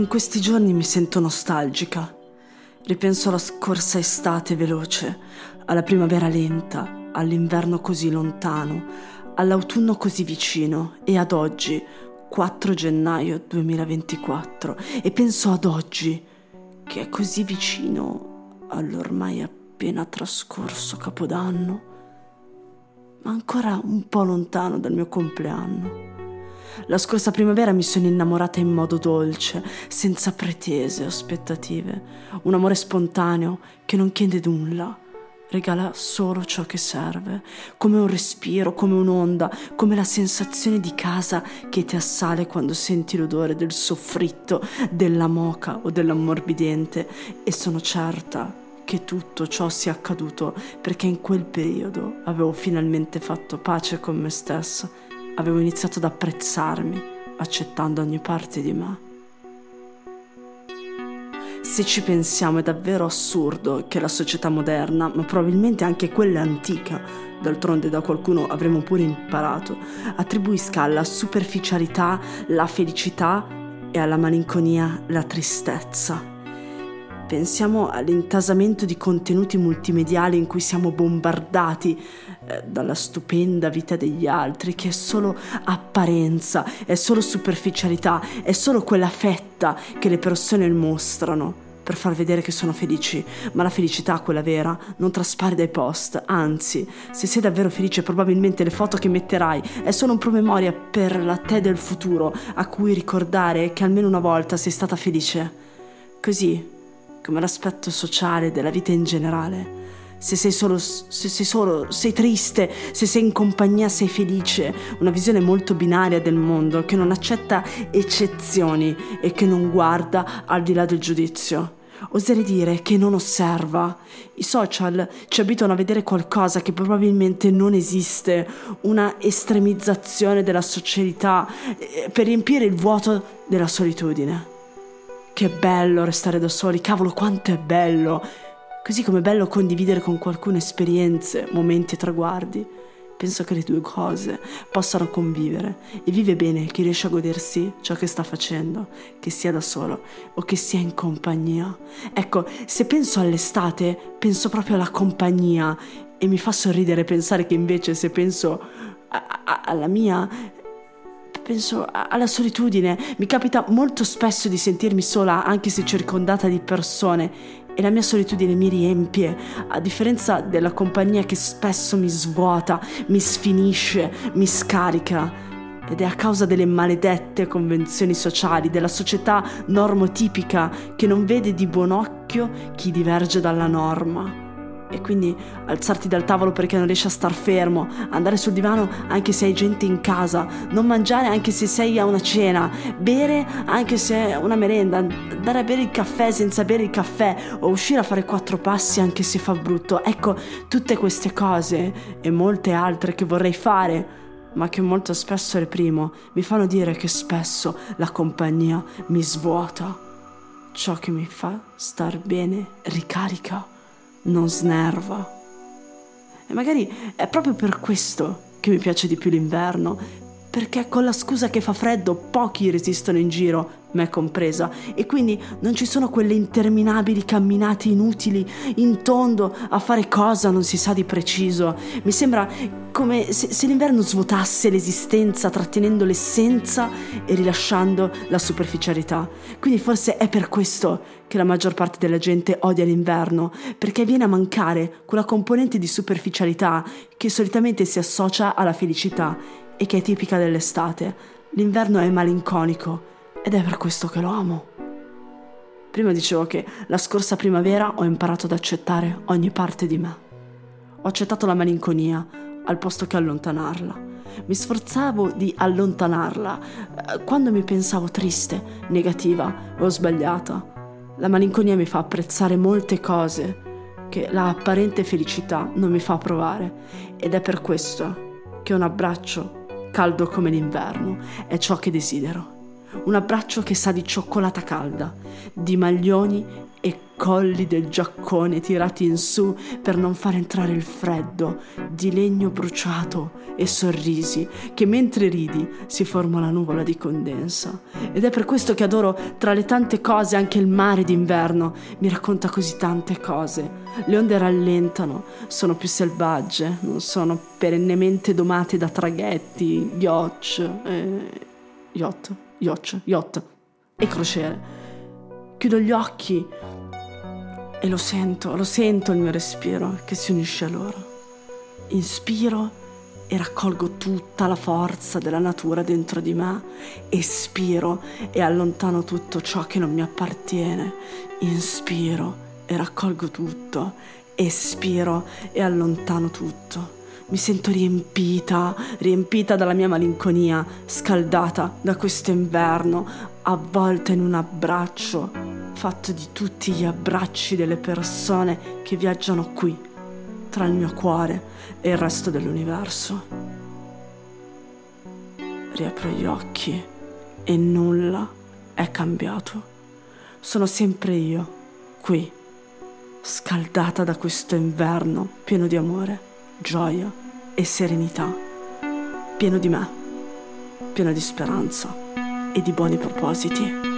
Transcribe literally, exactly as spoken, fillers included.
questi giorni mi sento nostalgica. Ripenso alla scorsa estate veloce, alla primavera lenta, all'inverno così lontano, all'autunno così vicino e ad oggi, quattro gennaio duemilaventiquattro, e penso ad oggi, che è così vicino all'ormai appena trascorso Capodanno, ma ancora un po' lontano dal mio compleanno. La scorsa primavera mi sono innamorata in modo dolce, senza pretese o aspettative. Un amore spontaneo che non chiede nulla, regala solo ciò che serve, come un respiro, come un'onda, come la sensazione di casa che ti assale quando senti l'odore del soffritto, della moka o dell'ammorbidente, e sono certa che tutto ciò sia accaduto perché in quel periodo avevo finalmente fatto pace con me stessa. Avevo iniziato ad apprezzarmi, accettando ogni parte di me. Se ci pensiamo, è davvero assurdo che la società moderna, ma probabilmente anche quella antica, d'altronde da qualcuno avremo pure imparato, attribuisca alla superficialità la felicità e alla malinconia la tristezza. Pensiamo all'intasamento di contenuti multimediali in cui siamo bombardati eh, dalla stupenda vita degli altri, che è solo apparenza, è solo superficialità, è solo quella fetta che le persone mostrano per far vedere che sono felici, ma la felicità, quella vera, non traspare dai post. Anzi, se sei davvero felice, probabilmente le foto che metterai è solo un promemoria per la te del futuro, a cui ricordare che almeno una volta sei stata felice. Così come l'aspetto sociale della vita in generale. Se sei solo, se sei solo, sei triste, se sei in compagnia sei felice. Una visione molto binaria del mondo che non accetta eccezioni e che non guarda al di là del giudizio. Oserei dire che non osserva. I social ci abituano a vedere qualcosa che probabilmente non esiste, una estremizzazione della socialità per riempire il vuoto della solitudine. Che bello restare da soli, cavolo quanto è bello, così come è bello condividere con qualcuno esperienze, momenti e traguardi. Penso che le due cose possano convivere e vive bene chi riesce a godersi ciò che sta facendo, che sia da solo o che sia in compagnia. Ecco, se penso all'estate, penso proprio alla compagnia e mi fa sorridere pensare che invece se penso a- a- alla mia... penso alla solitudine. Mi capita molto spesso di sentirmi sola anche se circondata di persone e la mia solitudine mi riempie, a differenza della compagnia che spesso mi svuota, mi sfinisce, mi scarica. Ed è a causa delle maledette convenzioni sociali, della società normotipica che non vede di buon occhio chi diverge dalla norma. E quindi alzarti dal tavolo perché non riesci a star fermo, andare sul divano anche se hai gente in casa, non mangiare anche se sei a una cena, bere anche se è una merenda, andare a bere il caffè senza bere il caffè o uscire a fare quattro passi anche se fa brutto. Ecco, tutte queste cose e molte altre che vorrei fare, ma che molto spesso reprimo, mi fanno dire che spesso la compagnia mi svuota. Ciò che mi fa star bene ricarica, non snerva. E magari è proprio per questo che mi piace di più l'inverno, perché con la scusa che fa freddo pochi resistono in giro, me compresa, e quindi non ci sono quelle interminabili camminate inutili in tondo a fare cosa non si sa di preciso. Mi sembra come se, se l'inverno svuotasse l'esistenza, trattenendo l'essenza e rilasciando la superficialità. Quindi forse è per questo che la maggior parte della gente odia l'inverno, perché viene a mancare quella componente di superficialità che solitamente si associa alla felicità e che è tipica dell'estate. L'inverno è malinconico ed è per questo che lo amo. Prima dicevo che la scorsa primavera ho imparato ad accettare ogni parte di me. Ho accettato la malinconia al posto che allontanarla. Mi sforzavo di allontanarla eh, quando mi pensavo triste, negativa o sbagliata. La malinconia mi fa apprezzare molte cose che la apparente felicità non mi fa provare, ed è per questo che un abbraccio caldo come l'inverno è ciò che desidero. Un abbraccio che sa di cioccolata calda, di maglioni e colli del giaccone tirati in su per non far entrare il freddo, di legno bruciato e sorrisi che mentre ridi si forma una nuvola di condensa. Ed è per questo che adoro, tra le tante cose, anche il mare d'inverno. Mi racconta così tante cose. Le onde rallentano, sono più selvagge, non sono perennemente domate da traghetti, yacht, eh, yacht, yacht, yacht e crociere. Chiudo gli occhi e lo sento, lo sento il mio respiro che si unisce a loro. Inspiro e raccolgo tutta la forza della natura dentro di me. Espiro e allontano tutto ciò che non mi appartiene. Inspiro e raccolgo tutto. Espiro e allontano tutto. Mi sento riempita, riempita dalla mia malinconia, scaldata da questo inverno, avvolta in un abbraccio, fatto di tutti gli abbracci delle persone che viaggiano qui, tra il mio cuore e il resto dell'universo. Riapro gli occhi e nulla è cambiato. Sono sempre io, qui, scaldata da questo inverno pieno di amore, gioia e serenità, pieno di me, pieno di speranza e di buoni propositi.